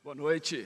Boa noite.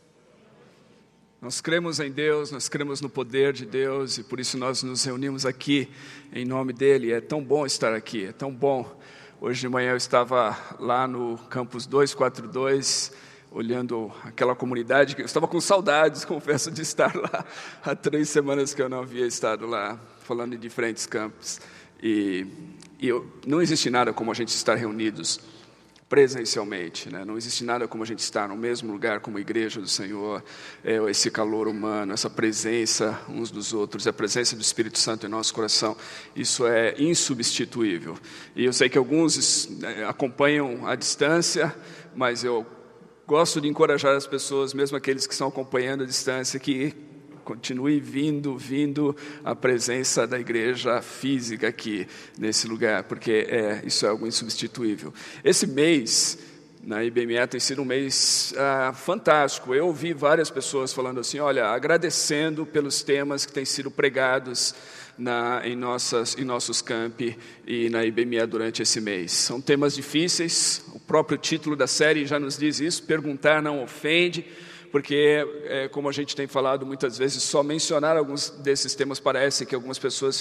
Nós cremos em Deus, nós cremos no poder de Deus e por isso nós nos reunimos aqui em nome dEle. É tão bom estar aqui, é tão bom. Hoje de manhã eu estava lá no campus 242, olhando aquela comunidade que eu estava com saudades, confesso, de estar lá. Há 3 semanas que eu não havia estado lá, falando em diferentes campos. E não existe nada como a gente estar reunidos presencialmente, né? Não existe nada como a gente estar no mesmo lugar como igreja do Senhor, esse calor humano, essa presença uns dos outros, a presença do Espírito Santo em nosso coração, isso é insubstituível. E eu sei que alguns acompanham à distância, mas eu gosto de encorajar as pessoas, mesmo aqueles que estão acompanhando à distância, que continue vindo a presença da igreja física aqui nesse lugar, porque isso é algo insubstituível. Esse mês na IBME tem sido um mês fantástico. Eu ouvi várias pessoas falando assim, olha, agradecendo pelos temas que têm sido pregados em nossos campi e na IBME durante esse mês. São temas difíceis, o próprio título da série já nos diz isso, perguntar não ofende, porque, como a gente tem falado muitas vezes, só mencionar alguns desses temas parece que algumas pessoas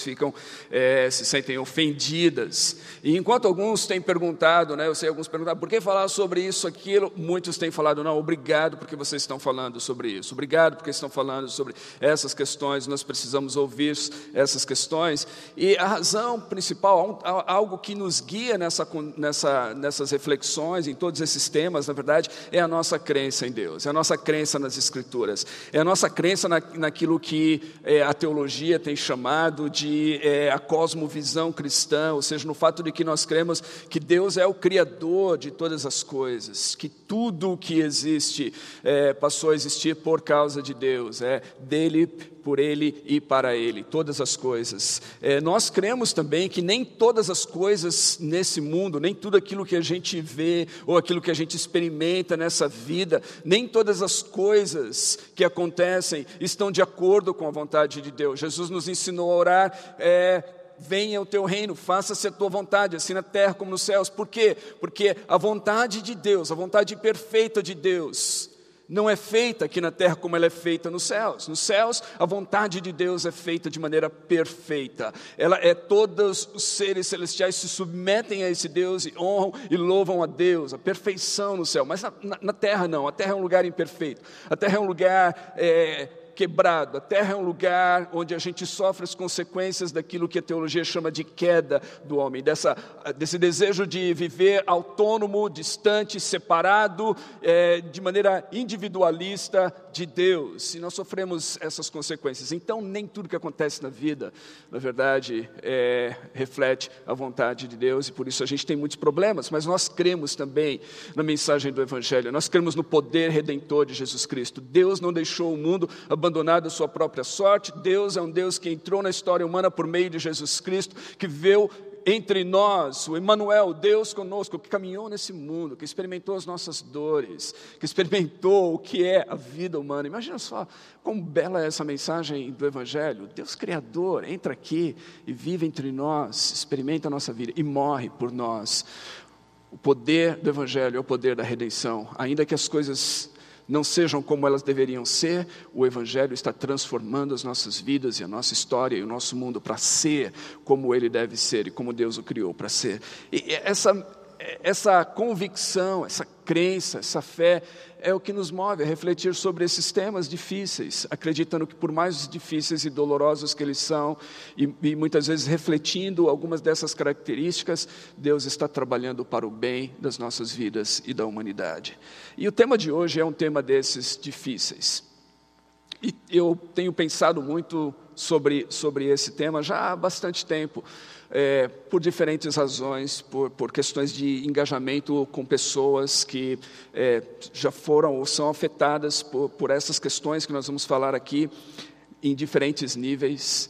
se sentem ofendidas. E enquanto alguns têm perguntado, eu sei, alguns perguntaram, por que falar sobre isso, aquilo? Muitos têm falado, não, obrigado porque vocês estão falando sobre isso. Obrigado porque estão falando sobre essas questões, nós precisamos ouvir essas questões. E a razão principal, algo que nos guia nessas reflexões, em todos esses temas, na verdade, é a nossa crença em Deus, é a nossa crença nas Escrituras, é a nossa crença naquilo que a teologia tem chamado de a cosmovisão cristã, ou seja, no fato de que nós cremos que Deus é o Criador de todas as coisas, que tudo o que existe passou a existir por causa de Deus, dele, por Ele e para Ele, todas as coisas. Nós cremos também que nem todas as coisas nesse mundo, nem tudo aquilo que a gente vê, ou aquilo que a gente experimenta nessa vida, nem todas as coisas que acontecem estão de acordo com a vontade de Deus. Jesus nos ensinou a orar, venha o teu reino, faça-se a tua vontade, assim na terra como nos céus. Por quê? Porque a vontade de Deus, a vontade perfeita de Deus, não é feita aqui na terra como ela é feita nos céus. Nos céus, a vontade de Deus é feita de maneira perfeita. Todos os seres celestiais se submetem a esse Deus e honram e louvam a Deus, a perfeição no céu. Mas na terra não, a terra é um lugar imperfeito. A terra é um lugar quebrado. A terra é um lugar onde a gente sofre as consequências daquilo que a teologia chama de queda do homem, desse desejo de viver autônomo, distante, separado, de maneira individualista de Deus. E nós sofremos essas consequências. Então, nem tudo que acontece na vida, na verdade, reflete a vontade de Deus, e por isso a gente tem muitos problemas, mas nós cremos também na mensagem do Evangelho, nós cremos no poder redentor de Jesus Cristo. Deus não deixou o mundo abandonado à sua própria sorte. Deus é um Deus que entrou na história humana por meio de Jesus Cristo, que veio entre nós, o Emmanuel, Deus conosco, que caminhou nesse mundo, que experimentou as nossas dores, que experimentou o que é a vida humana. Imagina só como bela é essa mensagem do Evangelho. Deus Criador entra aqui e vive entre nós, experimenta a nossa vida e morre por nós. O poder do Evangelho é o poder da redenção. Ainda que as coisas não sejam como elas deveriam ser, o Evangelho está transformando as nossas vidas e a nossa história e o nosso mundo para ser como ele deve ser e como Deus o criou para ser. E essa convicção, essa crença, essa fé é o que nos move a refletir sobre esses temas difíceis, acreditando que por mais difíceis e dolorosos que eles são, e muitas vezes refletindo algumas dessas características, Deus está trabalhando para o bem das nossas vidas e da humanidade. E o tema de hoje é um tema desses difíceis. E eu tenho pensado muito sobre esse tema já há bastante tempo, por diferentes razões, por questões de engajamento com pessoas que já foram ou são afetadas por essas questões que nós vamos falar aqui, em diferentes níveis,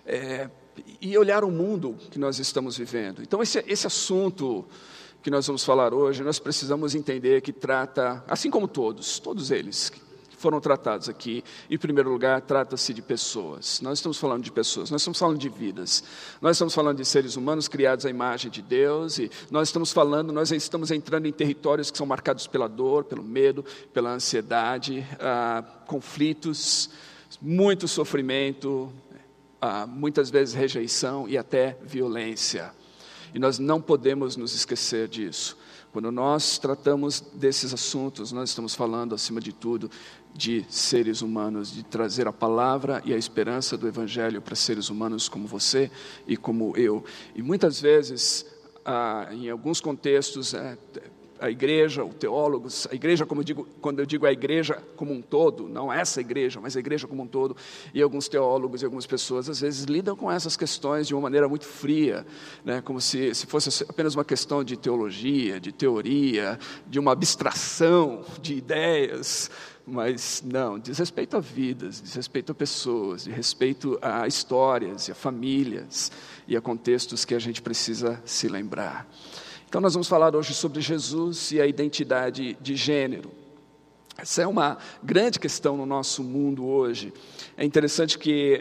e olhar o mundo que nós estamos vivendo. Então, esse assunto que nós vamos falar hoje, nós precisamos entender que trata, assim como todos eles, foram tratados aqui. Em primeiro lugar, trata-se de pessoas. Nós estamos falando de pessoas, nós estamos falando de vidas. Nós estamos falando de seres humanos criados à imagem de Deus, e nós estamos entrando em territórios que são marcados pela dor, pelo medo, pela ansiedade, conflitos, muito sofrimento, muitas vezes rejeição e até violência. E nós não podemos nos esquecer disso. Quando nós tratamos desses assuntos, nós estamos falando, acima de tudo, de seres humanos, de trazer a palavra e a esperança do Evangelho para seres humanos como você e como eu. E muitas vezes, em alguns contextos, a igreja, os teólogos, a igreja, quando eu digo a igreja como um todo, não essa igreja, mas a igreja como um todo, e alguns teólogos e algumas pessoas, às vezes, lidam com essas questões de uma maneira muito fria, né? Como se fosse apenas uma questão de teologia, de teoria, de uma abstração de ideias, mas não, diz respeito a vidas, diz respeito a pessoas, diz respeito a histórias e a famílias e a contextos que a gente precisa se lembrar. Então nós vamos falar hoje sobre Jesus e a identidade de gênero. Essa é uma grande questão no nosso mundo hoje. É interessante que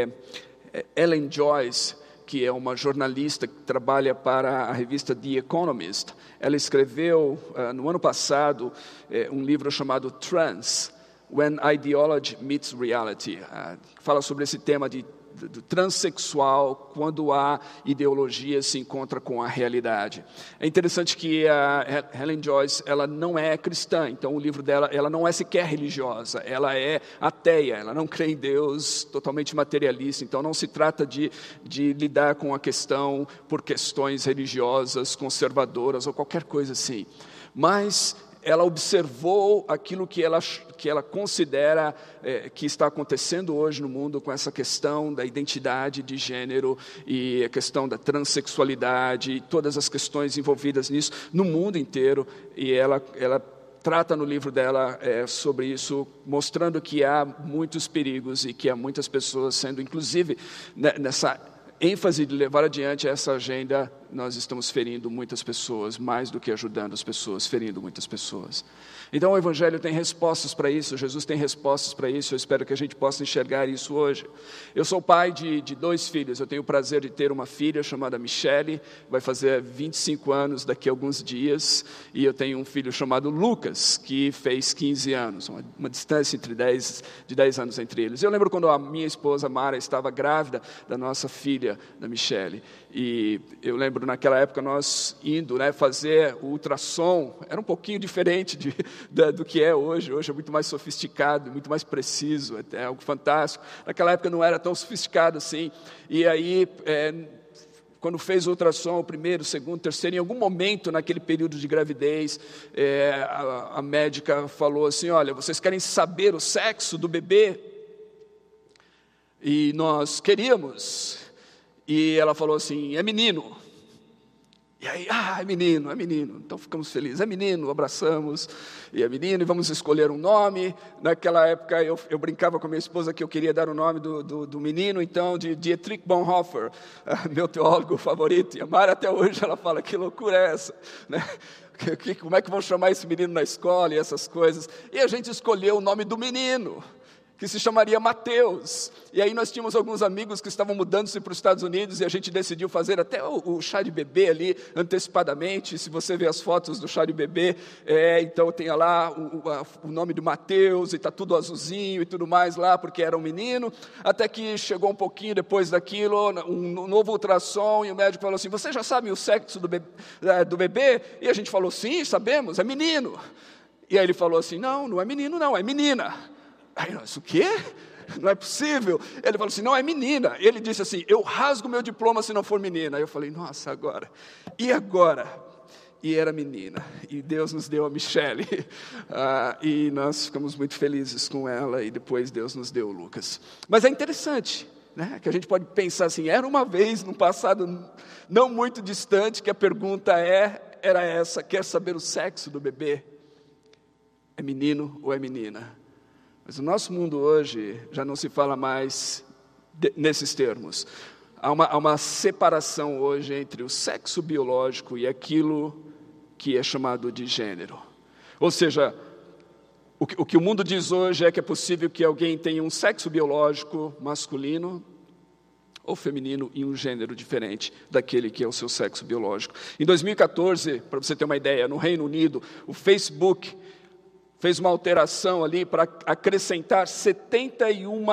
Ellen Joyce, que é uma jornalista que trabalha para a revista The Economist, ela escreveu no ano passado um livro chamado Trans, When Ideology Meets Reality, que fala sobre esse tema do transexual, quando a ideologia se encontra com a realidade. É interessante que a Ellen Joyce, ela não é cristã, então o livro dela, ela não é sequer religiosa, ela é ateia, ela não crê em Deus, totalmente materialista, então não se trata de lidar com a questão por questões religiosas, conservadoras ou qualquer coisa assim, mas ela observou aquilo que ela considera que está acontecendo hoje no mundo com essa questão da identidade de gênero e a questão da transexualidade e todas as questões envolvidas nisso no mundo inteiro. E ela trata no livro dela sobre isso, mostrando que há muitos perigos e que há muitas pessoas sendo, inclusive, nessa ênfase de levar adiante essa agenda, nós estamos ferindo muitas pessoas, mais do que ajudando as pessoas, ferindo muitas pessoas. Então o Evangelho tem respostas para isso, Jesus tem respostas para isso, eu espero que a gente possa enxergar isso hoje. Eu sou pai de 2 filhos, eu tenho o prazer de ter uma filha chamada Michele, vai fazer 25 anos daqui a alguns dias, e eu tenho um filho chamado Lucas, que fez 15 anos, uma distância de 10 anos entre eles. Eu lembro quando a minha esposa Mara estava grávida da nossa filha, da Michele, e eu lembro naquela época nós indo fazer o ultrassom, era um pouquinho diferente do que é hoje é muito mais sofisticado, muito mais preciso, é algo fantástico. Naquela época não era tão sofisticado assim, e aí quando fez o ultrassom, o primeiro, o segundo, o terceiro, em algum momento naquele período de gravidez, a médica falou assim, olha, vocês querem saber o sexo do bebê? E nós queríamos. E ela falou assim, é menino. E aí, é menino. Então ficamos felizes, é menino, abraçamos, e é menino, e vamos escolher um nome. Naquela época eu brincava com a minha esposa que eu queria dar o nome do menino, então, de Dietrich Bonhoeffer, meu teólogo favorito. E a Mara até hoje ela fala, que loucura é essa? Né? Como é que vão chamar esse menino na escola e essas coisas? E a gente escolheu o nome do menino, que se chamaria Mateus. E aí nós tínhamos alguns amigos que estavam mudando-se para os Estados Unidos e a gente decidiu fazer até o chá de bebê ali, antecipadamente. Se você vê as fotos do chá de bebê, então tem lá o nome do Mateus, e está tudo azulzinho e tudo mais lá, porque era um menino, até que chegou um pouquinho depois daquilo, um novo ultrassom, e o médico falou assim, você já sabe o sexo do bebê? E a gente falou, sim, sabemos, é menino. E aí ele falou assim, não é menino não, é menina. Aí nós, o quê? Não é possível. Ele falou assim, não, é menina. Ele disse assim, eu rasgo meu diploma se não for menina. Aí eu falei, nossa, agora? E agora? E era menina. E Deus nos deu a Michele. E nós ficamos muito felizes com ela. E depois Deus nos deu o Lucas. Mas é interessante, né? Que a gente pode pensar assim, era uma vez, num passado não muito distante, que a pergunta era essa, quer saber o sexo do bebê? É menino ou é menina? Mas o nosso mundo hoje já não se fala mais nesses termos. Há uma separação hoje entre o sexo biológico e aquilo que é chamado de gênero. Ou seja, O que o mundo diz hoje é que é possível que alguém tenha um sexo biológico masculino ou feminino e um gênero diferente daquele que é o seu sexo biológico. Em 2014, para você ter uma ideia, no Reino Unido, o Facebook fez uma alteração ali para acrescentar 71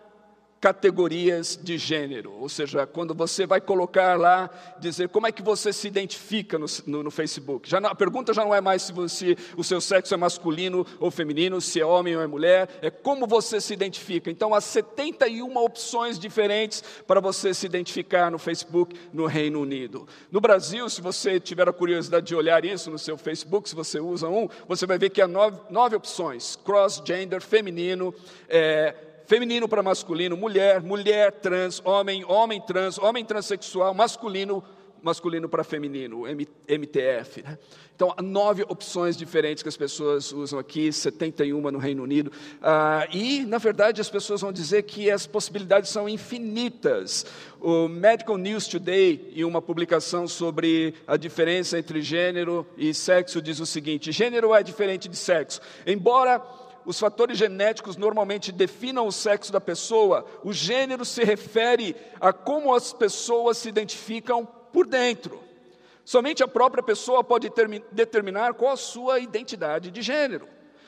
categorias de gênero, ou seja, quando você vai colocar lá, dizer como é que você se identifica no Facebook. A pergunta já não é mais se o seu sexo é masculino ou feminino, se é homem ou é mulher, é como você se identifica. Então, há 71 opções diferentes para você se identificar no Facebook no Reino Unido. No Brasil, se você tiver a curiosidade de olhar isso no seu Facebook, se você usa você vai ver que há 9 opções: cross-gender, feminino, feminino para masculino, mulher, mulher trans, homem, homem trans, homem transexual, masculino para feminino, MTF. Né? Então, há 9 opções diferentes que as pessoas usam aqui, 71 no Reino Unido. E, na verdade, as pessoas vão dizer que as possibilidades são infinitas. O Medical News Today, em uma publicação sobre a diferença entre gênero e sexo, diz o seguinte: gênero é diferente de sexo. Embora os fatores genéticos normalmente definam o sexo da pessoa, o gênero se refere a como as pessoas se identificam por dentro. Somente a própria pessoa pode determinar qual a sua identidade de gênero.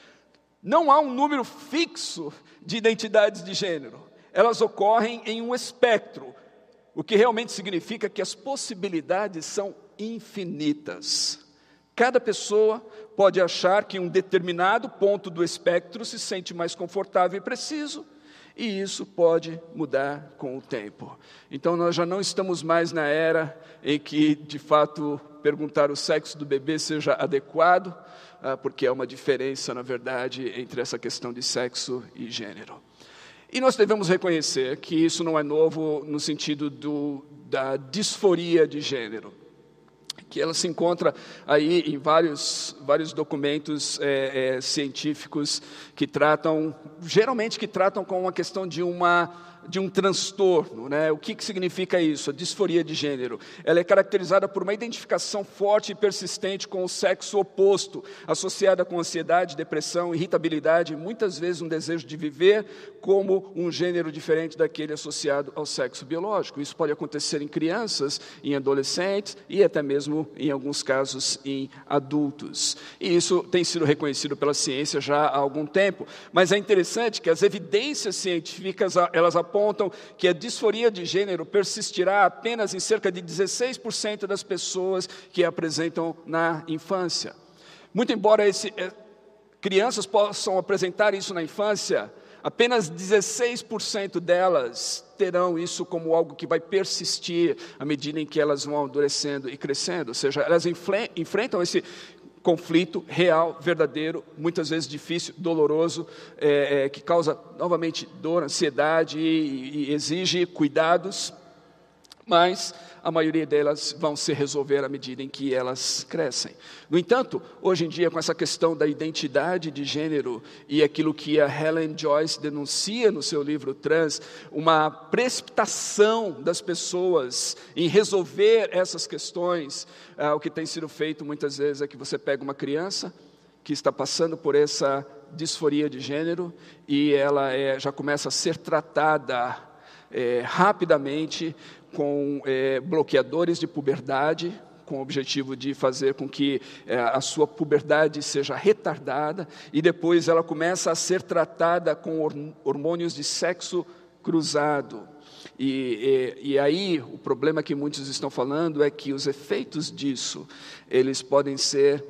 Não há um número fixo de identidades de gênero. Elas ocorrem em um espectro, o que realmente significa que as possibilidades são infinitas. Cada pessoa pode achar que em um determinado ponto do espectro se sente mais confortável e preciso, e isso pode mudar com o tempo. Então, nós já não estamos mais na era em que, de fato, perguntar o sexo do bebê seja adequado, porque há uma diferença, na verdade, entre essa questão de sexo e gênero. E nós devemos reconhecer que isso não é novo no sentido da disforia de gênero, que ela se encontra aí em vários documentos científicos que geralmente tratam com uma questão de um transtorno, né? O que significa isso? A disforia de gênero. Ela é caracterizada por uma identificação forte e persistente com o sexo oposto, associada com ansiedade, depressão, irritabilidade, e muitas vezes um desejo de viver como um gênero diferente daquele associado ao sexo biológico. Isso pode acontecer em crianças, em adolescentes e até mesmo, em alguns casos, em adultos. E isso tem sido reconhecido pela ciência já há algum tempo. Mas é interessante que as evidências científicas, elas apontam que a disforia de gênero persistirá apenas em cerca de 16% das pessoas que a apresentam na infância. Muito embora crianças possam apresentar isso na infância, apenas 16% delas terão isso como algo que vai persistir à medida em que elas vão amadurecendo e crescendo. Ou seja, elas enfrentam esse conflito real, verdadeiro, muitas vezes difícil, doloroso, que causa novamente dor, ansiedade e exige cuidados, mas a maioria delas vão se resolver à medida em que elas crescem. No entanto, hoje em dia, com essa questão da identidade de gênero e aquilo que a Helen Joyce denuncia no seu livro Trans, uma precipitação das pessoas em resolver essas questões, o que tem sido feito muitas vezes é que você pega uma criança que está passando por essa disforia de gênero e ela já começa a ser tratada rapidamente com bloqueadores de puberdade, com o objetivo de fazer com que a sua puberdade seja retardada, e depois ela começa a ser tratada com hormônios de sexo cruzado. E aí, o problema que muitos estão falando é que os efeitos disso, eles podem ser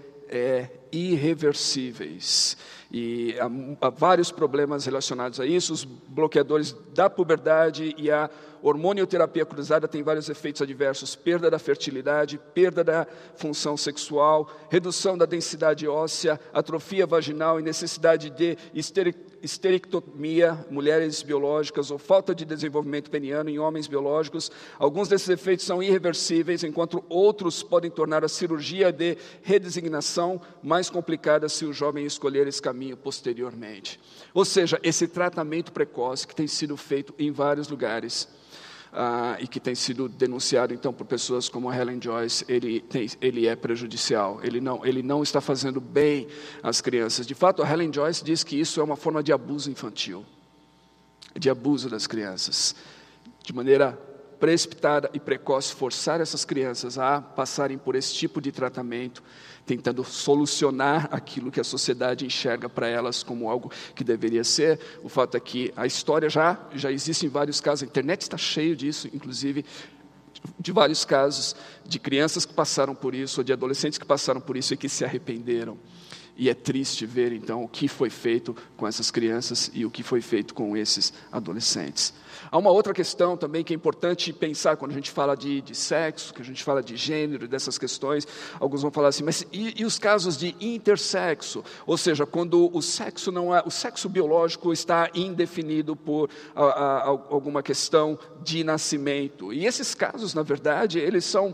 irreversíveis. E há vários problemas relacionados a isso. Os bloqueadores da puberdade e a hormonioterapia cruzada têm vários efeitos adversos: perda da fertilidade, perda da função sexual, redução da densidade óssea, atrofia vaginal e necessidade de esterectomia, mulheres biológicas, ou falta de desenvolvimento peniano em homens biológicos. Alguns desses efeitos são irreversíveis, enquanto outros podem tornar a cirurgia de redesignação mais complicada se o jovem escolher esse caminho posteriormente. Ou seja, esse tratamento precoce que tem sido feito em vários lugares, e que tem sido denunciado então por pessoas como a Helen Joyce, ele é prejudicial, ele não está fazendo bem às crianças. De fato, a Helen Joyce diz que isso é uma forma de abuso infantil, de abuso das crianças, de maneira precipitada e precoce, forçar essas crianças a passarem por esse tipo de tratamento, tentando solucionar aquilo que a sociedade enxerga para elas como algo que deveria ser. O fato é que a história já existe em vários casos, a internet está cheia disso, inclusive, de vários casos de crianças que passaram por isso, ou de adolescentes que passaram por isso e que se arrependeram. E é triste ver, então, o que foi feito com essas crianças e o que foi feito com esses adolescentes. Há uma outra questão também que é importante pensar quando a gente fala de sexo, que a gente fala de gênero, dessas questões. Alguns vão falar assim, mas e os casos de intersexo? Ou seja, quando o sexo biológico está indefinido por alguma questão de nascimento. E esses casos, na verdade, eles são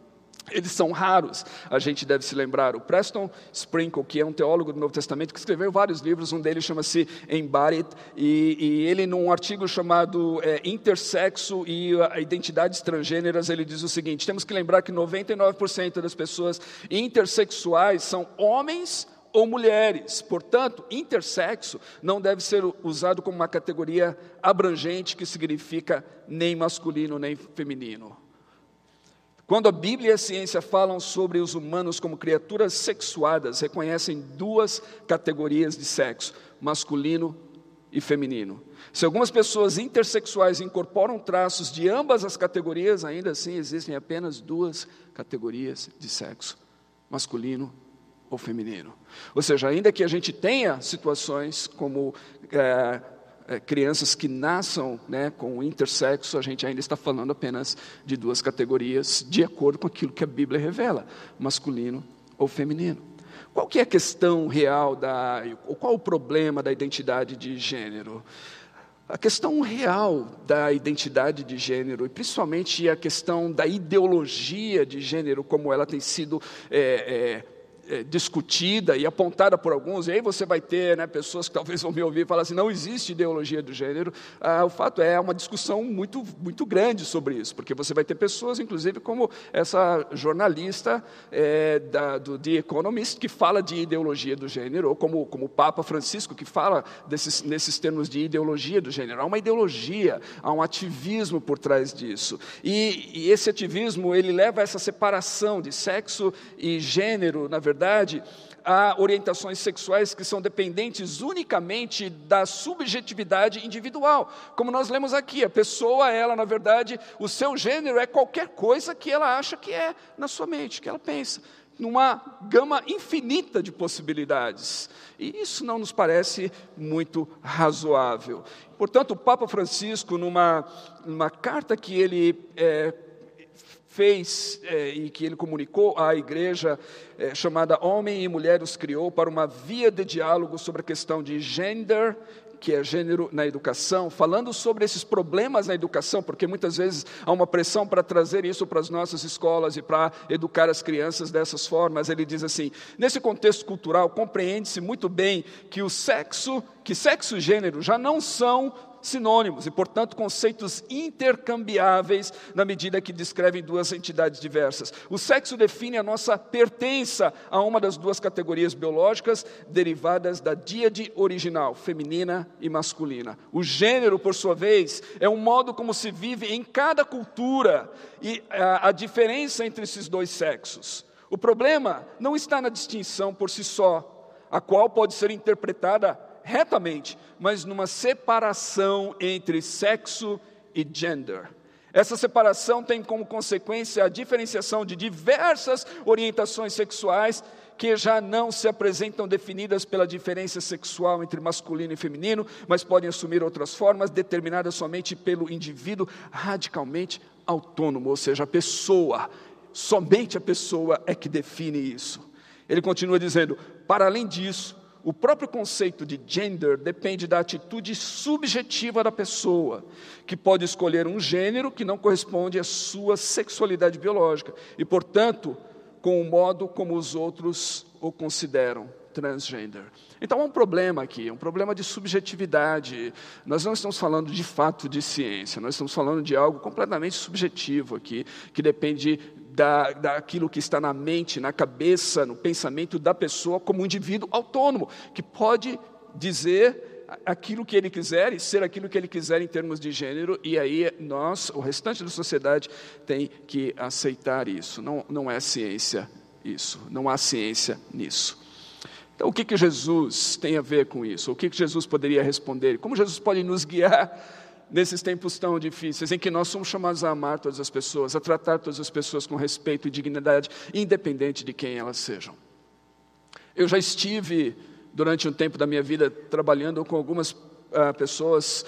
raros. A gente deve se lembrar, o Preston Sprinkle, que é um teólogo do Novo Testamento, que escreveu vários livros, um deles chama-se Embodied, e ele, num artigo chamado Intersexo e Identidades Transgêneras, ele diz o seguinte: temos que lembrar que 99% das pessoas intersexuais são homens ou mulheres. Portanto, intersexo não deve ser usado como uma categoria abrangente que significa nem masculino nem feminino. Quando a Bíblia e a ciência falam sobre os humanos como criaturas sexuadas, reconhecem duas categorias de sexo, masculino e feminino. Se algumas pessoas intersexuais incorporam traços de ambas as categorias, ainda assim existem apenas duas categorias de sexo, masculino ou feminino. Ou seja, ainda que a gente tenha situações como crianças que nasçam, com intersexo, a gente ainda está falando apenas de duas categorias, de acordo com aquilo que a Bíblia revela, masculino ou feminino. Qual que é a questão real ou qual o problema da identidade de gênero? A questão real da identidade de gênero, e principalmente a questão da ideologia de gênero, como ela tem sido discutida e apontada por alguns, e aí você vai ter pessoas que talvez vão me ouvir e falar assim, não existe ideologia do gênero. O fato é uma discussão muito, muito grande sobre isso, porque você vai ter pessoas, inclusive como essa jornalista do The Economist, que fala de ideologia do gênero, ou como o Papa Francisco, que fala nesses termos de ideologia do gênero. Há uma ideologia, há um ativismo por trás disso, e esse ativismo ele leva a essa separação de sexo e gênero, na verdade, há orientações sexuais que são dependentes unicamente da subjetividade individual. Como nós lemos aqui, a pessoa, ela, na verdade, o seu gênero é qualquer coisa que ela acha que é na sua mente, que ela pensa, numa gama infinita de possibilidades. E isso não nos parece muito razoável. Portanto, o Papa Francisco, numa carta que ele fez e que ele comunicou à igreja, chamada Homem e Mulher os Criou, para uma via de diálogo sobre a questão de gender, que é gênero na educação, falando sobre esses problemas na educação, porque muitas vezes há uma pressão para trazer isso para as nossas escolas e para educar as crianças dessas formas. Ele diz assim: nesse contexto cultural, compreende-se muito bem que sexo e gênero já não são sinônimos e, portanto, conceitos intercambiáveis na medida que descrevem duas entidades diversas. O sexo define a nossa pertença a uma das duas categorias biológicas derivadas da díade original, feminina e masculina. O gênero, por sua vez, é um modo como se vive em cada cultura e a diferença entre esses dois sexos. O problema não está na distinção por si só, a qual pode ser interpretada retamente, mas numa separação entre sexo e gender. Essa separação tem como consequência a diferenciação de diversas orientações sexuais que já não se apresentam definidas pela diferença sexual entre masculino e feminino, mas podem assumir outras formas determinadas somente pelo indivíduo radicalmente autônomo, ou seja, somente a pessoa é que define isso. Ele continua dizendo: para além disso, o próprio conceito de gender depende da atitude subjetiva da pessoa, que pode escolher um gênero que não corresponde à sua sexualidade biológica, e, portanto, com o modo como os outros o consideram transgênero. Então há um problema aqui, um problema de subjetividade. Nós não estamos falando de fato de ciência, nós estamos falando de algo completamente subjetivo aqui, que depende daquilo que está na mente, na cabeça, no pensamento da pessoa como um indivíduo autônomo, que pode dizer aquilo que ele quiser e ser aquilo que ele quiser em termos de gênero, e aí nós, o restante da sociedade, tem que aceitar isso. Não é ciência isso, não há ciência nisso. Então, o que Jesus tem a ver com isso? O que Jesus poderia responder? Como Jesus pode nos guiar nesses tempos tão difíceis, em que nós somos chamados a amar todas as pessoas, a tratar todas as pessoas com respeito e dignidade, independente de quem elas sejam? Eu já estive, durante um tempo da minha vida, trabalhando com algumas pessoas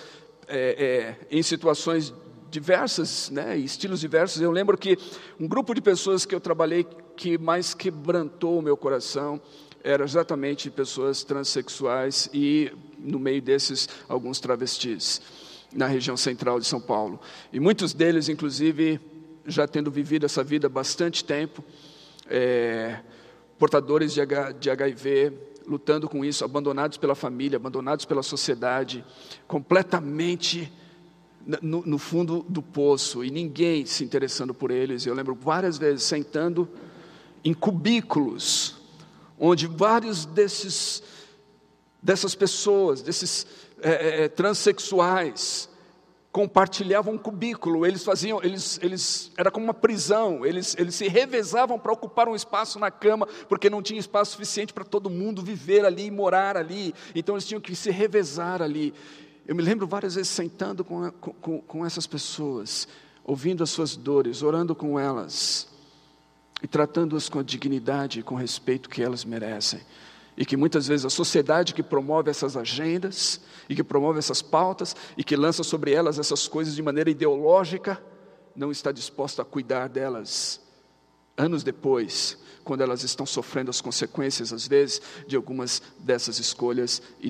em situações diversas, né, estilos diversos. Eu lembro que um grupo de pessoas que eu trabalhei que mais quebrantou o meu coração eram exatamente pessoas transexuais e, no meio desses, alguns travestis, na região central de São Paulo. E muitos deles, inclusive, já tendo vivido essa vida há bastante tempo, portadores de HIV, lutando com isso, abandonados pela família, abandonados pela sociedade, completamente no fundo do poço, e ninguém se interessando por eles. Eu lembro várias vezes sentando em cubículos, onde vários dessas pessoas, desses transexuais, compartilhavam um cubículo. Eles era como uma prisão, eles se revezavam para ocupar um espaço na cama, porque não tinha espaço suficiente para todo mundo viver ali e morar ali, então eles tinham que se revezar ali. Eu me lembro várias vezes sentando com essas pessoas, ouvindo as suas dores, orando com elas, e tratando-as com a dignidade e com o respeito que elas merecem. E que muitas vezes a sociedade que promove essas agendas, e que promove essas pautas, e que lança sobre elas essas coisas de maneira ideológica, não está disposta a cuidar delas anos depois, quando elas estão sofrendo as consequências, às vezes, de algumas dessas escolhas e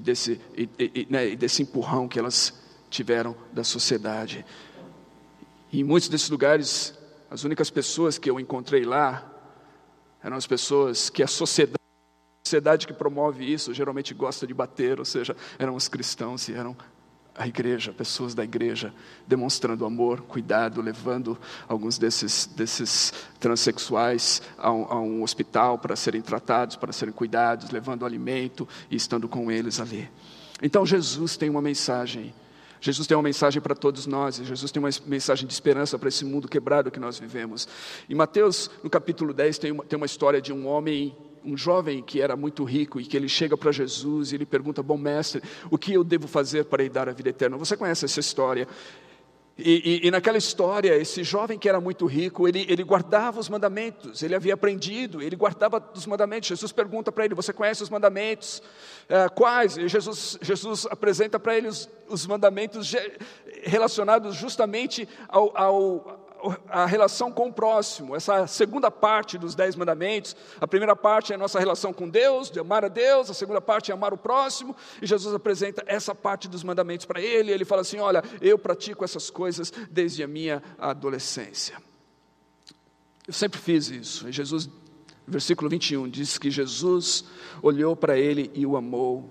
desse empurrão que elas tiveram da sociedade. E em muitos desses lugares, as únicas pessoas que eu encontrei lá eram as pessoas que a sociedade que promove isso geralmente gosta de bater, ou seja, eram os cristãos e eram a igreja, pessoas da igreja, demonstrando amor, cuidado, levando alguns desses transexuais a um hospital para serem tratados, para serem cuidados, levando alimento e estando com eles ali. Então Jesus tem uma mensagem. Jesus tem uma mensagem para todos nós, e Jesus tem uma mensagem de esperança para esse mundo quebrado que nós vivemos. Em Mateus, no capítulo 10, tem uma história de um jovem que era muito rico, e que ele chega para Jesus e ele pergunta: bom mestre, o que eu devo fazer para herdar a vida eterna? Você conhece essa história? E naquela história, esse jovem que era muito rico, ele guardava os mandamentos, ele havia aprendido, ele guardava os mandamentos. Jesus pergunta para ele: você conhece os mandamentos? Quais? E Jesus apresenta para ele os mandamentos relacionados justamente a relação com o próximo. Essa segunda parte dos 10 mandamentos, a primeira parte é a nossa relação com Deus, de amar a Deus, a segunda parte é amar o próximo, e Jesus apresenta essa parte dos mandamentos para ele, e ele fala assim: olha, eu pratico essas coisas desde a minha adolescência. Eu sempre fiz isso. E Jesus, versículo 21, diz que Jesus olhou para ele e o amou.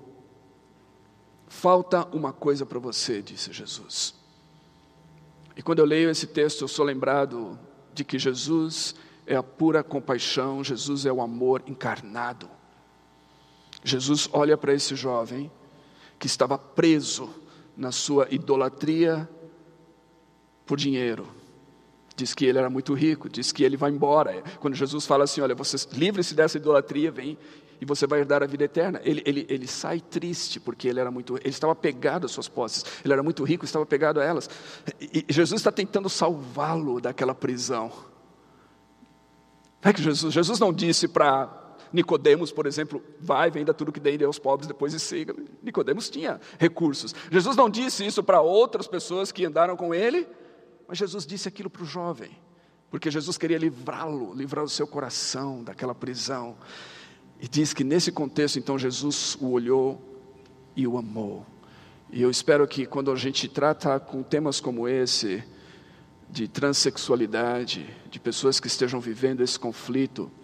Falta uma coisa para você, disse Jesus. E quando eu leio esse texto, eu sou lembrado de que Jesus é a pura compaixão, Jesus é o amor encarnado. Jesus olha para esse jovem que estava preso na sua idolatria por dinheiro. Diz que ele era muito rico, diz que ele vai embora. Quando Jesus fala assim: olha, você livre-se dessa idolatria, vem e você vai herdar a vida eterna. Ele sai triste, porque ele estava apegado às suas posses, ele era muito rico, estava apegado a elas. E Jesus está tentando salvá-lo daquela prisão. Não é que Jesus não disse para Nicodemos, por exemplo: vai, venda tudo que dê aos pobres, depois e siga. Nicodemos tinha recursos. Jesus não disse isso para outras pessoas que andaram com ele, mas Jesus disse aquilo para o jovem, porque Jesus queria livrar o seu coração daquela prisão. E diz que nesse contexto, então, Jesus o olhou e o amou. E eu espero que quando a gente trata com temas como esse, de transexualidade, de pessoas que estejam vivendo esse conflito,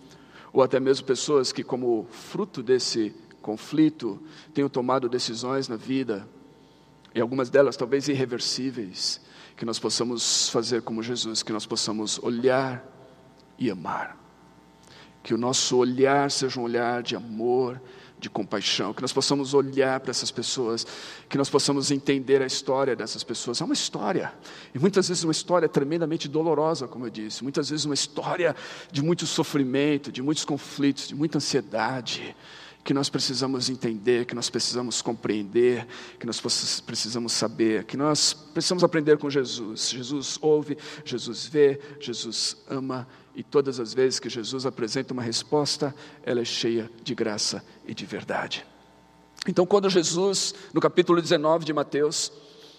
ou até mesmo pessoas que, como fruto desse conflito, tenham tomado decisões na vida, e algumas delas talvez irreversíveis, que nós possamos fazer como Jesus, que nós possamos olhar e amar. Que o nosso olhar seja um olhar de amor, de compaixão, que nós possamos olhar para essas pessoas, que nós possamos entender a história dessas pessoas. É uma história, e muitas vezes uma história tremendamente dolorosa, como eu disse, muitas vezes uma história de muito sofrimento, de muitos conflitos, de muita ansiedade, que nós precisamos entender, que nós precisamos compreender, que nós precisamos saber, que nós precisamos aprender com Jesus. Jesus ouve, Jesus vê, Jesus ama, e todas as vezes que Jesus apresenta uma resposta, ela é cheia de graça e de verdade. Então, quando Jesus, no capítulo 19 de Mateus,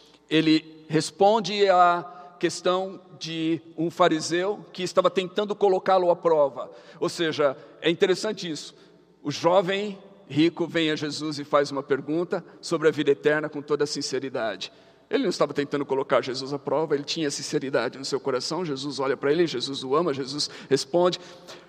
ele responde à questão de um fariseu que estava tentando colocá-lo à prova. Ou seja, é interessante isso. O jovem rico vem a Jesus e faz uma pergunta sobre a vida eterna com toda a sinceridade. Ele não estava tentando colocar Jesus à prova, ele tinha sinceridade no seu coração. Jesus olha para ele, Jesus o ama, Jesus responde.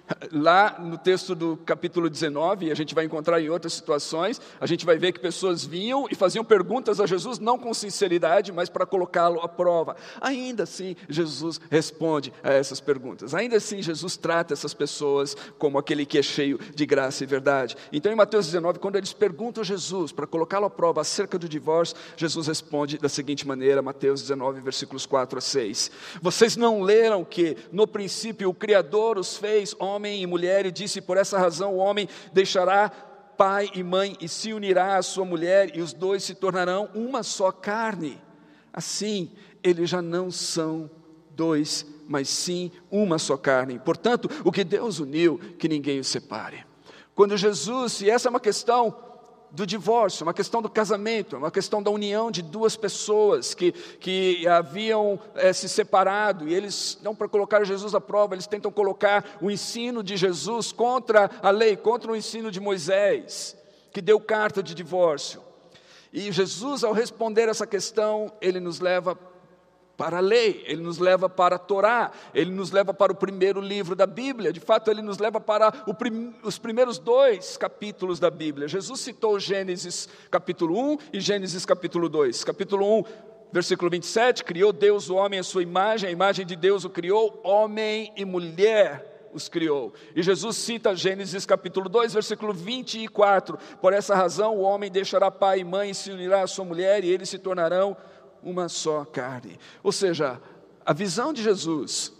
Lá no texto do capítulo 19, e a gente vai encontrar em outras situações, a gente vai ver que pessoas vinham e faziam perguntas a Jesus, não com sinceridade, mas para colocá-lo à prova. Ainda assim, Jesus responde a essas perguntas. Ainda assim, Jesus trata essas pessoas como aquele que é cheio de graça e verdade. Então, em Mateus 19, quando eles perguntam a Jesus para colocá-lo à prova acerca do divórcio, Jesus responde da seguinte maneira, Mateus 19, versículos 4 a 6. Vocês não leram que, no princípio, o Criador os fez homem e mulher, e disse: por essa razão o homem deixará pai e mãe e se unirá à sua mulher, e os dois se tornarão uma só carne. Assim, eles já não são dois, mas sim uma só carne. Portanto, o que Deus uniu, que ninguém o separe. Quando Jesus, e essa é uma questão do divórcio, uma questão do casamento, uma questão da união de duas pessoas que haviam se separado, e eles, não para colocar Jesus à prova, eles tentam colocar o ensino de Jesus contra a lei, contra o ensino de Moisés, que deu carta de divórcio. E Jesus, ao responder essa questão, ele nos leva para a lei, ele nos leva para a Torá, ele nos leva para o primeiro livro da Bíblia. De fato, ele nos leva para os primeiros 2 capítulos da Bíblia. Jesus citou Gênesis capítulo 1 e Gênesis capítulo 2. Capítulo 1, versículo 27, criou Deus o homem à sua imagem, a imagem de Deus o criou, homem e mulher os criou. E Jesus cita Gênesis capítulo 2, versículo 24, por essa razão o homem deixará pai e mãe e se unirá à sua mulher, e eles se tornarão uma só carne. Ou seja, a visão de Jesus,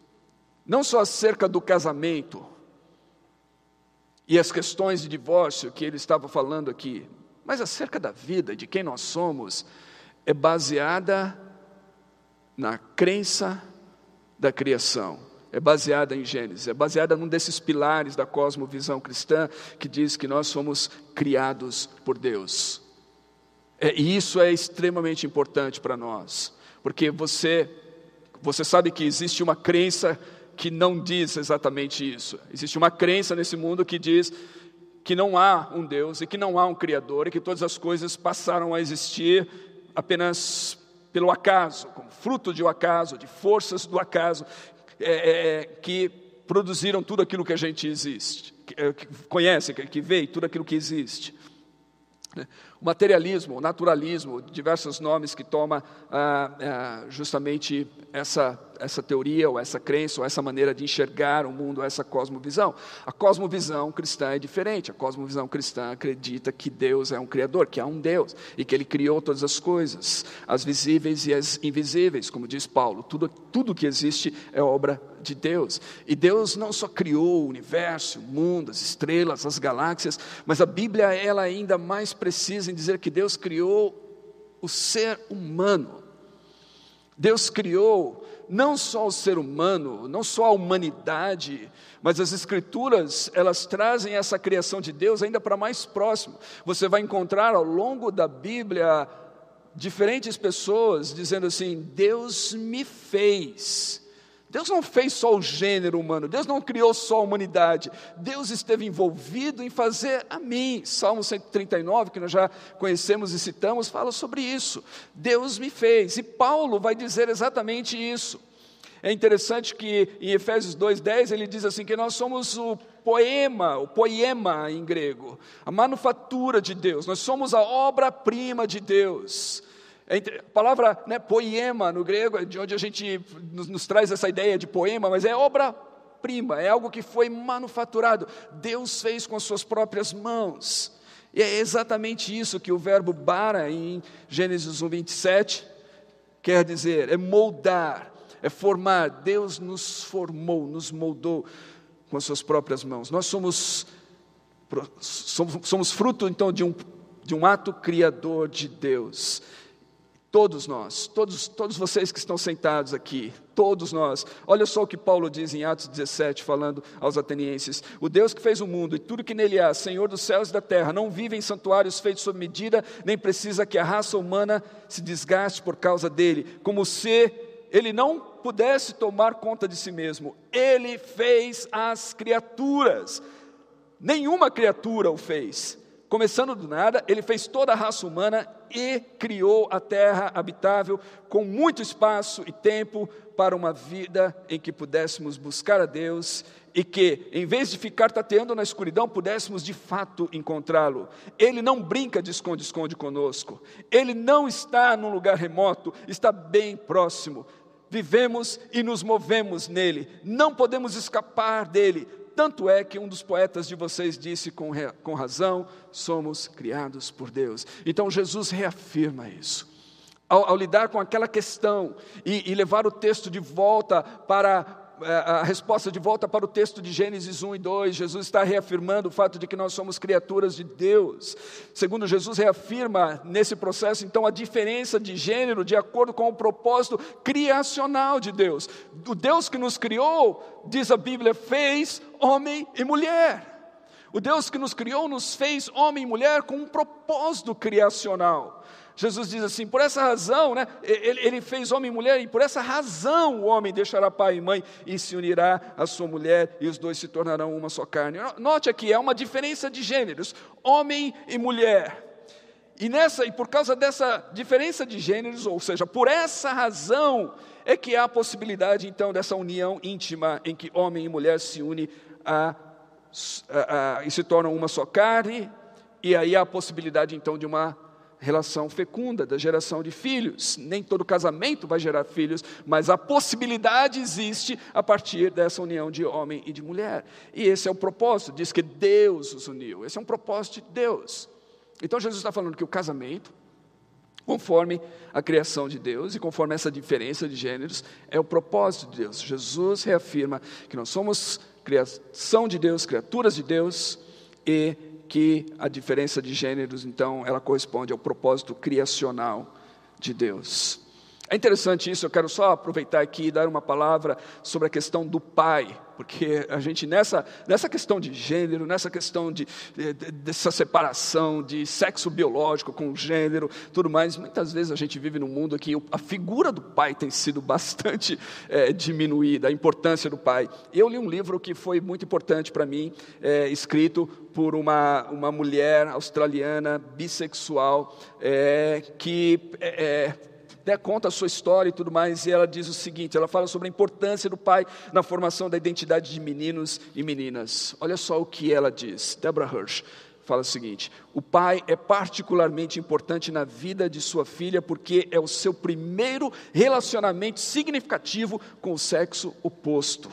não só acerca do casamento e as questões de divórcio que ele estava falando aqui, mas acerca da vida, de quem nós somos, é baseada na crença da criação, é baseada em Gênesis, é baseada num desses pilares da cosmovisão cristã que diz que nós somos criados por Deus. E isso é extremamente importante para nós, porque você sabe que existe uma crença que não diz exatamente isso. Existe uma crença nesse mundo que diz que não há um Deus e que não há um Criador, e que todas as coisas passaram a existir apenas pelo acaso, como fruto de um acaso, de forças do acaso, que produziram tudo aquilo que a gente existe, que conhece, que vê, e tudo aquilo que existe. O materialismo, o naturalismo, diversos nomes que toma justamente essa teoria, ou essa crença, ou essa maneira de enxergar o mundo, essa cosmovisão. A cosmovisão cristã é diferente. A cosmovisão cristã acredita que Deus é um Criador, que há um Deus, e que Ele criou todas as coisas, as visíveis e as invisíveis, como diz Paulo. Tudo que existe é obra de Deus. E Deus não só criou o universo, o mundo, as estrelas, as galáxias, mas a Bíblia ela é ainda mais precisa em dizer que Deus criou o ser humano. Deus criou não só o ser humano, não só a humanidade, mas as Escrituras, elas trazem essa criação de Deus ainda para mais próximo. Você vai encontrar ao longo da Bíblia diferentes pessoas dizendo assim: Deus me fez. Deus não fez só o gênero humano, Deus não criou só a humanidade, Deus esteve envolvido em fazer a mim. Salmo 139, que nós já conhecemos e citamos, fala sobre isso. Deus me fez, e Paulo vai dizer exatamente isso. É interessante que em Efésios 2:10 ele diz assim, que nós somos o poema em grego, a manufatura de Deus, nós somos a obra-prima de Deus. A palavra, poema no grego, é de onde a gente nos traz essa ideia de poema, mas é obra-prima, é algo que foi manufaturado, Deus fez com as suas próprias mãos. E é exatamente isso que o verbo bara em Gênesis 1:27 quer dizer, é moldar, é formar. Deus nos formou, nos moldou com as suas próprias mãos. Nós somos fruto então de um ato criador de Deus. Todos nós, todos vocês que estão sentados aqui, todos nós. Olha só o que Paulo diz em Atos 17, falando aos atenienses: o Deus que fez o mundo e tudo que nele há, Senhor dos céus e da terra, não vive em santuários feitos sob medida, nem precisa que a raça humana se desgaste por causa dele, como se ele não pudesse tomar conta de si mesmo. Ele fez as criaturas, nenhuma criatura o fez. Começando do nada, ele fez toda a raça humana e criou a terra habitável com muito espaço e tempo para uma vida em que pudéssemos buscar a Deus e que, em vez de ficar tateando na escuridão, pudéssemos de fato encontrá-lo. Ele não brinca de esconde-esconde conosco. Ele não está num lugar remoto, está bem próximo. Vivemos e nos movemos nele, não podemos escapar dele. Tanto é que um dos poetas de vocês disse com razão, somos criados por Deus. Então Jesus reafirma isso. Ao lidar com aquela questão e levar o texto de volta para a resposta de volta para o texto de Gênesis 1 e 2, Jesus está reafirmando o fato de que nós somos criaturas de Deus. Segundo Jesus reafirma nesse processo, então, a diferença de gênero de acordo com o propósito criacional de Deus. O Deus que nos criou, diz a Bíblia, fez homem e mulher. O Deus que nos criou nos fez homem e mulher com um propósito criacional. Jesus diz assim, por essa razão, ele fez homem e mulher, e por essa razão o homem deixará pai e mãe e se unirá à sua mulher, e os dois se tornarão uma só carne. Note aqui, é uma diferença de gêneros, homem e mulher. E por causa dessa diferença de gêneros, ou seja, por essa razão, é que há a possibilidade então dessa união íntima em que homem e mulher se unem e se tornam uma só carne, e aí há a possibilidade então de uma relação fecunda, da geração de filhos. Nem todo casamento vai gerar filhos, mas a possibilidade existe a partir dessa união de homem e de mulher. E esse é o propósito, diz que Deus os uniu. Esse é um propósito de Deus. Então Jesus está falando que o casamento, conforme a criação de Deus e conforme essa diferença de gêneros, é o propósito de Deus. Jesus reafirma que nós somos criação de Deus, criaturas de Deus, e que a diferença de gêneros, então, ela corresponde ao propósito criacional de Deus. É interessante isso, eu quero só aproveitar aqui e dar uma palavra sobre a questão do pai, porque a gente nessa questão de gênero, nessa questão dessa separação de sexo biológico com gênero, tudo mais, muitas vezes a gente vive num mundo que a figura do pai tem sido bastante diminuída, a importância do pai. Eu li um livro que foi muito importante para mim, escrito por uma mulher australiana, bissexual, que conta a sua história e tudo mais, e ela diz o seguinte, ela fala sobre a importância do pai na formação da identidade de meninos e meninas. Olha só o que ela diz. Deborah Hirsch fala o seguinte: o pai é particularmente importante na vida de sua filha porque é o seu primeiro relacionamento significativo com o sexo oposto.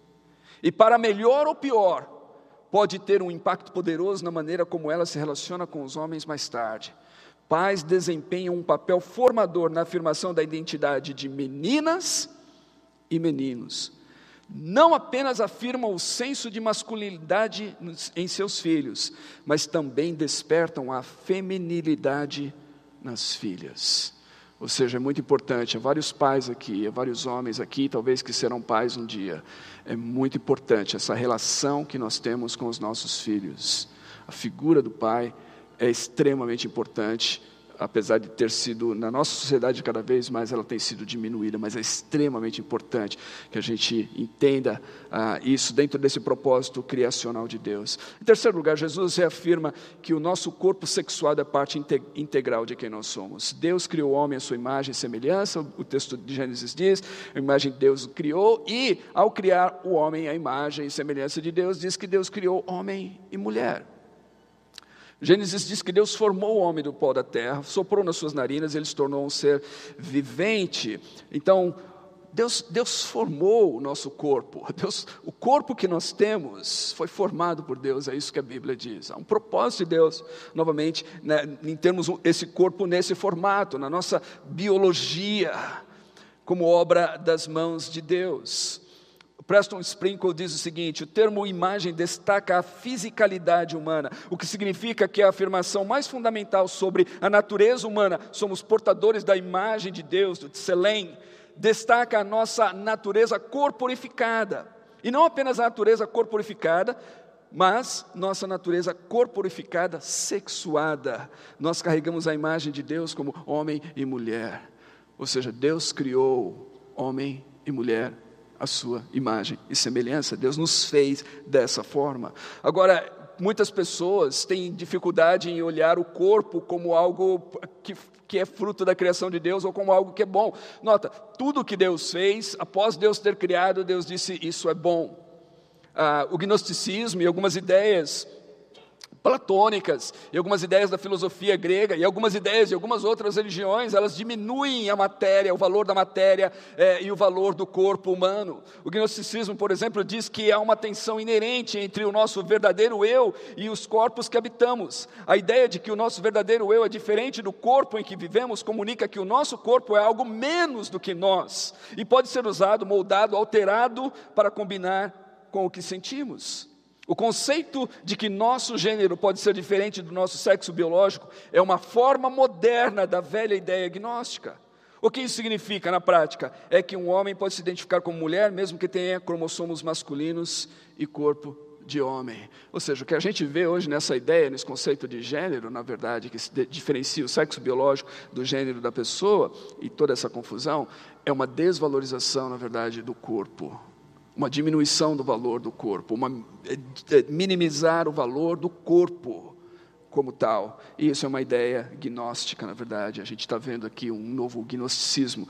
E para melhor ou pior, pode ter um impacto poderoso na maneira como ela se relaciona com os homens mais tarde. Pais desempenham um papel formador na afirmação da identidade de meninas e meninos. Não apenas afirmam o senso de masculinidade em seus filhos, mas também despertam a feminilidade nas filhas. Ou seja, é muito importante, há vários pais aqui, há vários homens aqui, talvez que serão pais um dia. É muito importante essa relação que nós temos com os nossos filhos. A figura do pai é extremamente importante apesar de ter sido, na nossa sociedade cada vez mais, ela tem sido diminuída, mas é extremamente importante que a gente entenda isso dentro desse propósito criacional de Deus. Em terceiro lugar, Jesus reafirma que o nosso corpo sexuado é parte integral de quem nós somos. Deus criou o homem à sua imagem e semelhança, o texto de Gênesis diz, a imagem de Deus criou, e ao criar o homem à imagem e semelhança de Deus, diz que Deus criou homem e mulher. Gênesis diz que Deus formou o homem do pó da terra, soprou nas suas narinas e ele se tornou um ser vivente. Então, Deus formou o nosso corpo. O corpo que nós temos foi formado por Deus, é isso que a Bíblia diz. Há um propósito de Deus, novamente, né, em termos esse corpo nesse formato, na nossa biologia, como obra das mãos de Deus. Preston Sprinkle diz o seguinte: o termo imagem destaca a fisicalidade humana, o que significa que a afirmação mais fundamental sobre a natureza humana, somos portadores da imagem de Deus, do Tselem, destaca a nossa natureza corporificada, e não apenas a natureza corporificada, mas nossa natureza corporificada sexuada. Nós carregamos a imagem de Deus como homem e mulher, ou seja, Deus criou homem e mulher a sua imagem e semelhança. Deus nos fez dessa forma. Agora, muitas pessoas têm dificuldade em olhar o corpo como algo que é fruto da criação de Deus ou como algo que é bom. Nota, tudo que Deus fez, após Deus ter criado, Deus disse, isso é bom. O gnosticismo e algumas ideias platônicas, e algumas ideias da filosofia grega, e algumas ideias de algumas outras religiões, elas diminuem a matéria, o valor da matéria e o valor do corpo humano. O gnosticismo, por exemplo, diz que há uma tensão inerente entre o nosso verdadeiro eu e os corpos que habitamos. A ideia de que o nosso verdadeiro eu é diferente do corpo em que vivemos comunica que o nosso corpo é algo menos do que nós, e pode ser usado, moldado, alterado para combinar com o que sentimos. O conceito de que nosso gênero pode ser diferente do nosso sexo biológico é uma forma moderna da velha ideia gnóstica. O que isso significa na prática? É que um homem pode se identificar como mulher, mesmo que tenha cromossomos masculinos e corpo de homem. Ou seja, o que a gente vê hoje nessa ideia, nesse conceito de gênero, na verdade, que se diferencia o sexo biológico do gênero da pessoa, e toda essa confusão, é uma desvalorização, na verdade, do corpo. Uma diminuição do valor do corpo, minimizar o valor do corpo como tal. E isso é uma ideia gnóstica, na verdade. A gente está vendo aqui um novo gnosticismo,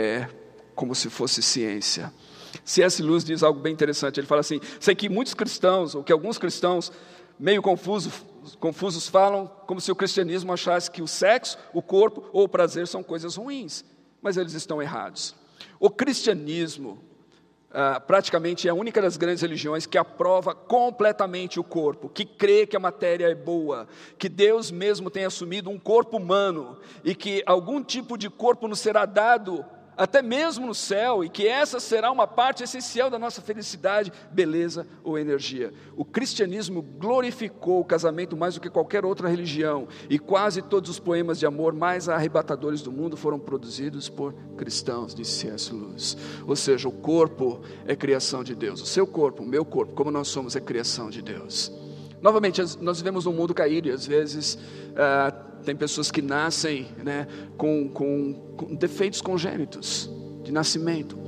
como se fosse ciência. C.S. Lewis diz algo bem interessante. Ele fala assim: sei que muitos cristãos, ou que alguns cristãos, meio confusos falam como se o cristianismo achasse que o sexo, o corpo ou o prazer são coisas ruins. Mas eles estão errados. O cristianismo praticamente é a única das grandes religiões que aprova completamente o corpo, que crê que a matéria é boa, que Deus mesmo tem assumido um corpo humano e que algum tipo de corpo nos será dado até mesmo no céu, e que essa será uma parte essencial da nossa felicidade, beleza ou energia. O cristianismo glorificou o casamento mais do que qualquer outra religião, e quase todos os poemas de amor mais arrebatadores do mundo foram produzidos por cristãos, disse C.S. Lewis. Ou seja, o corpo é criação de Deus, o seu corpo, o meu corpo, como nós somos, é criação de Deus. Novamente, nós vivemos num mundo caído, e às vezes tem pessoas que nascem, né, com defeitos congênitos de nascimento.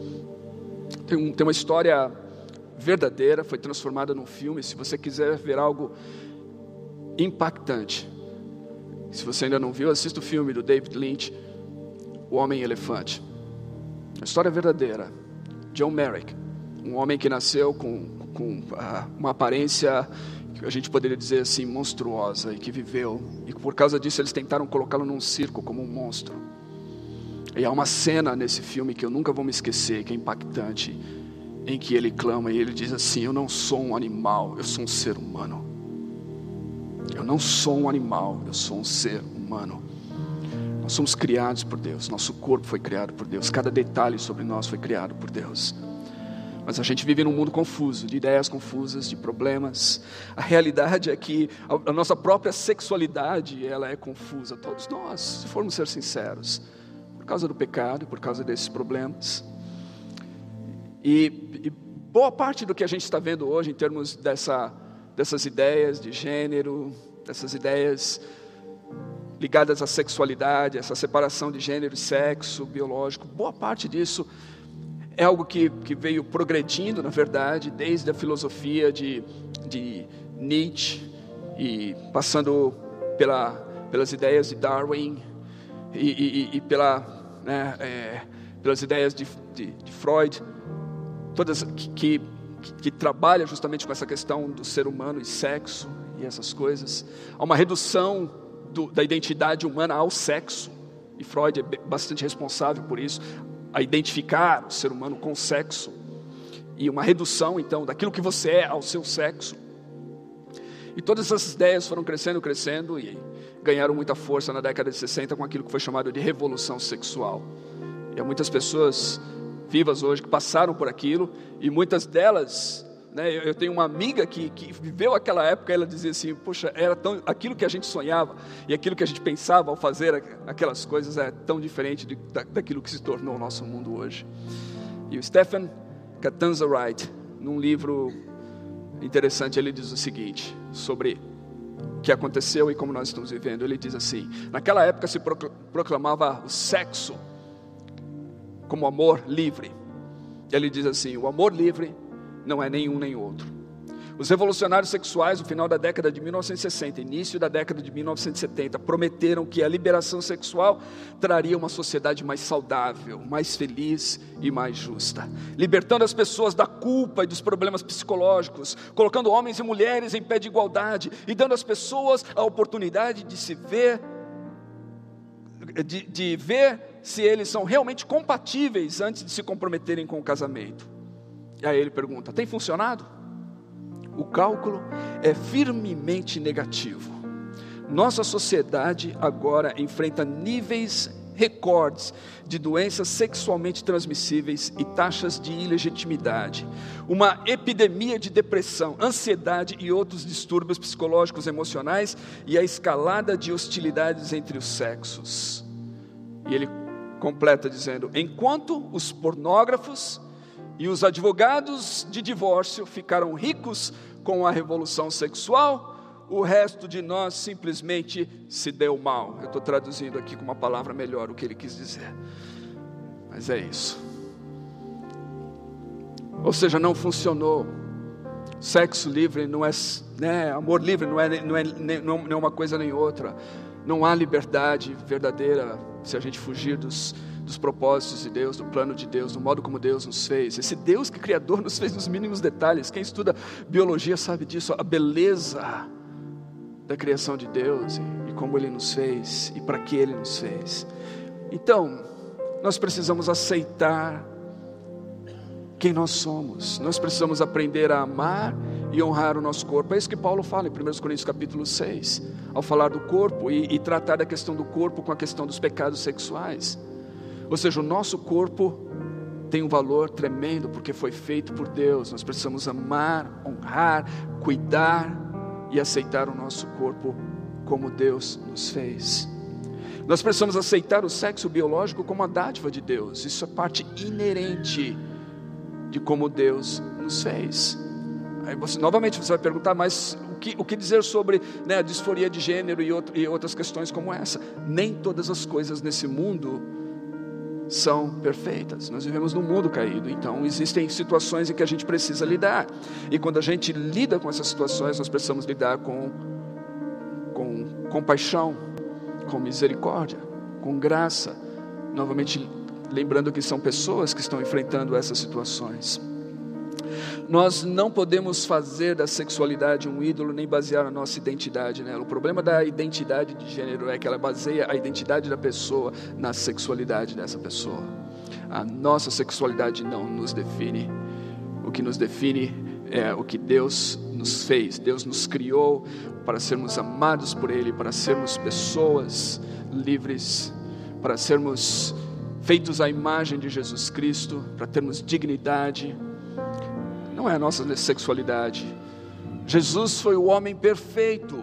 Tem uma história verdadeira, foi transformada num filme. Se você quiser ver algo impactante, se você ainda não viu, assista o filme do David Lynch, O Homem-Elefante. A história verdadeira. John Merrick, um homem que nasceu com uma aparência, a gente poderia dizer assim, monstruosa, e que viveu, e por causa disso eles tentaram colocá-lo num circo como um monstro. E há uma cena nesse filme que eu nunca vou me esquecer, que é impactante, em que ele clama e ele diz assim: eu não sou um animal, eu sou um ser humano. Eu não sou um animal, eu sou um ser humano. Nós somos criados por Deus, nosso corpo foi criado por Deus, cada detalhe sobre nós foi criado por Deus. Mas a gente vive num mundo confuso, de ideias confusas, de problemas. A realidade é que a nossa própria sexualidade, ela é confusa. Todos nós, se formos ser sinceros, por causa do pecado, por causa desses problemas. E boa parte do que a gente está vendo hoje, em termos dessas ideias de gênero, dessas ideias ligadas à sexualidade, essa separação de gênero e sexo biológico. Boa parte disso é algo que veio progredindo, na verdade, desde a filosofia de Nietzsche, e passando pelas ideias de Darwin e pelas ideias de Freud, todas que trabalham justamente com essa questão do ser humano e sexo e essas coisas. Há uma redução da identidade humana ao sexo, e Freud é bastante responsável por isso, a identificar o ser humano com o sexo, e uma redução então daquilo que você é ao seu sexo. E todas essas ideias foram crescendo e ganharam muita força na década de 60 com aquilo que foi chamado de revolução sexual. E há muitas pessoas vivas hoje que passaram por aquilo, e muitas delas, né, eu tenho uma amiga que viveu aquela época, e ela dizia assim: poxa, era aquilo que a gente sonhava e aquilo que a gente pensava ao fazer aquelas coisas é tão diferente daquilo que se tornou o nosso mundo hoje. E o Stephen Catanzarite, num livro interessante, ele diz o seguinte sobre o que aconteceu e como nós estamos vivendo. Ele diz assim: naquela época se proclamava o sexo como amor livre. Ele diz assim: o amor livre não é nenhum nem outro. Os revolucionários sexuais, no final da década de 1960, início da década de 1970, prometeram que a liberação sexual traria uma sociedade mais saudável, mais feliz e mais justa, libertando as pessoas da culpa e dos problemas psicológicos, colocando homens e mulheres em pé de igualdade e dando às pessoas a oportunidade de se ver, de ver se eles são realmente compatíveis antes de se comprometerem com o casamento. E aí ele pergunta: tem funcionado? O cálculo é firmemente negativo. Nossa sociedade agora enfrenta níveis recordes de doenças sexualmente transmissíveis e taxas de ilegitimidade, uma epidemia de depressão, ansiedade e outros distúrbios psicológicos e emocionais, e a escalada de hostilidades entre os sexos. E ele completa dizendo: enquanto os pornógrafos e os advogados de divórcio ficaram ricos com a revolução sexual, o resto de nós simplesmente se deu mal. Eu estou traduzindo aqui com uma palavra melhor o que ele quis dizer, mas é isso. Ou seja, não funcionou. Sexo livre não é, né, amor livre não é uma coisa nem outra. Não há liberdade verdadeira se a gente fugir dos propósitos de Deus, do plano de Deus, do modo como Deus nos fez. Esse Deus que Criador nos fez nos mínimos detalhes. Quem estuda biologia sabe disso, a beleza da criação de Deus e como Ele nos fez e para que Ele nos fez. Então, nós precisamos aceitar quem nós somos. Nós precisamos aprender a amar e honrar o nosso corpo. É isso que Paulo fala em 1 Coríntios capítulo 6, ao falar do corpo e tratar da questão do corpo com a questão dos pecados sexuais. Ou seja, o nosso corpo tem um valor tremendo porque foi feito por Deus. Nós precisamos amar, honrar, cuidar e aceitar o nosso corpo como Deus nos fez. Nós precisamos aceitar o sexo biológico como uma dádiva de Deus. Isso é parte inerente de como Deus nos fez. Aí novamente você vai perguntar: mas o que dizer sobre, né, a disforia de gênero e outras questões como essa? Nem todas as coisas nesse mundo são perfeitas. Nós vivemos num mundo caído, então existem situações em que a gente precisa lidar, e quando a gente lida com essas situações, nós precisamos lidar com compaixão, com misericórdia, com graça, novamente lembrando que são pessoas que estão enfrentando essas situações. Nós não podemos fazer da sexualidade um ídolo, nem basear a nossa identidade nela. O problema da identidade de gênero é que ela baseia a identidade da pessoa na sexualidade dessa pessoa. A nossa sexualidade não nos define. O que nos define é o que Deus nos fez. Deus nos criou para sermos amados por Ele, para sermos pessoas livres, para sermos feitos à imagem de Jesus Cristo, para termos dignidade. Não é a nossa sexualidade. Jesus foi o homem perfeito,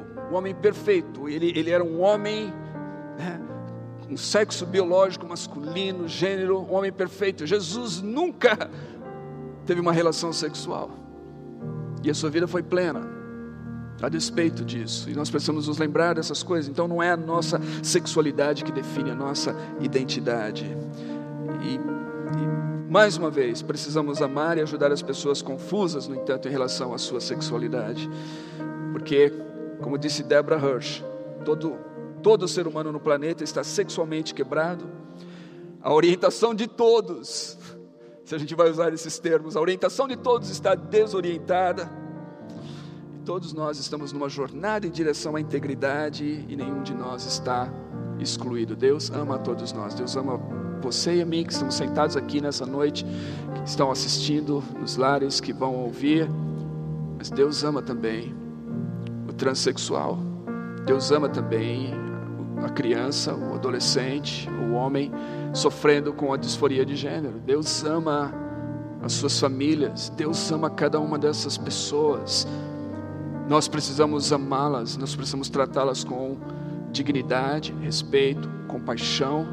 ele era um homem, né, um sexo biológico masculino, gênero, um homem perfeito. Jesus nunca teve uma relação sexual, e a sua vida foi plena. a despeito disso. E nós precisamos nos lembrar dessas coisas. Então não é a nossa sexualidade que define a nossa identidade. E mais uma vez, precisamos amar e ajudar as pessoas confusas, no entanto, em relação à sua sexualidade. Porque, como disse Deborah Hirsch, todo ser humano no planeta está sexualmente quebrado. A orientação de todos, se a gente vai usar esses termos, a orientação de todos está desorientada. E todos nós estamos numa jornada em direção à integridade e nenhum de nós está excluído. Deus ama a todos nós. Deus ama você e a mim, que estamos sentados aqui nessa noite, que estão assistindo nos lares, que vão ouvir. Mas Deus ama também o transexual. Deus ama também a criança, o adolescente, o homem sofrendo com a disforia de gênero. Deus ama as suas famílias. Deus ama cada uma dessas pessoas. Nós precisamos amá-las, nós precisamos tratá-las com dignidade, respeito, compaixão.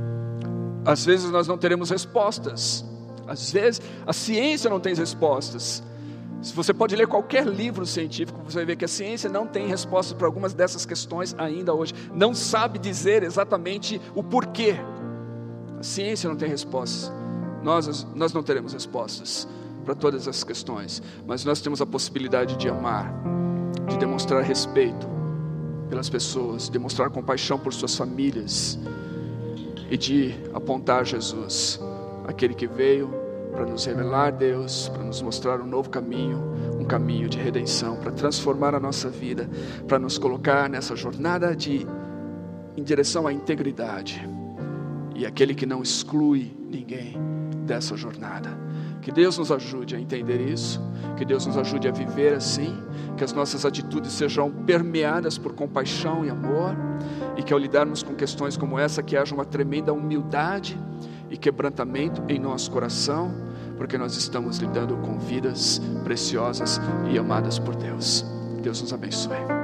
Às vezes nós não teremos respostas. Às vezes a ciência não tem respostas. Se você pode ler qualquer livro científico, você vai ver que a ciência não tem respostas para algumas dessas questões ainda hoje. Não sabe dizer exatamente o porquê. A ciência não tem respostas. Nós não teremos respostas para todas essas questões. Mas nós temos a possibilidade de amar, de demonstrar respeito pelas pessoas, demonstrar compaixão por suas famílias e de apontar Jesus, aquele que veio para nos revelar Deus, para nos mostrar um novo caminho, um caminho de redenção, para transformar a nossa vida, para nos colocar nessa jornada em direção à integridade, e aquele que não exclui ninguém dessa jornada. Que Deus nos ajude a entender isso, que Deus nos ajude a viver assim, que as nossas atitudes sejam permeadas por compaixão e amor, e que ao lidarmos com questões como essa, que haja uma tremenda humildade e quebrantamento em nosso coração, porque nós estamos lidando com vidas preciosas e amadas por Deus. Deus nos abençoe.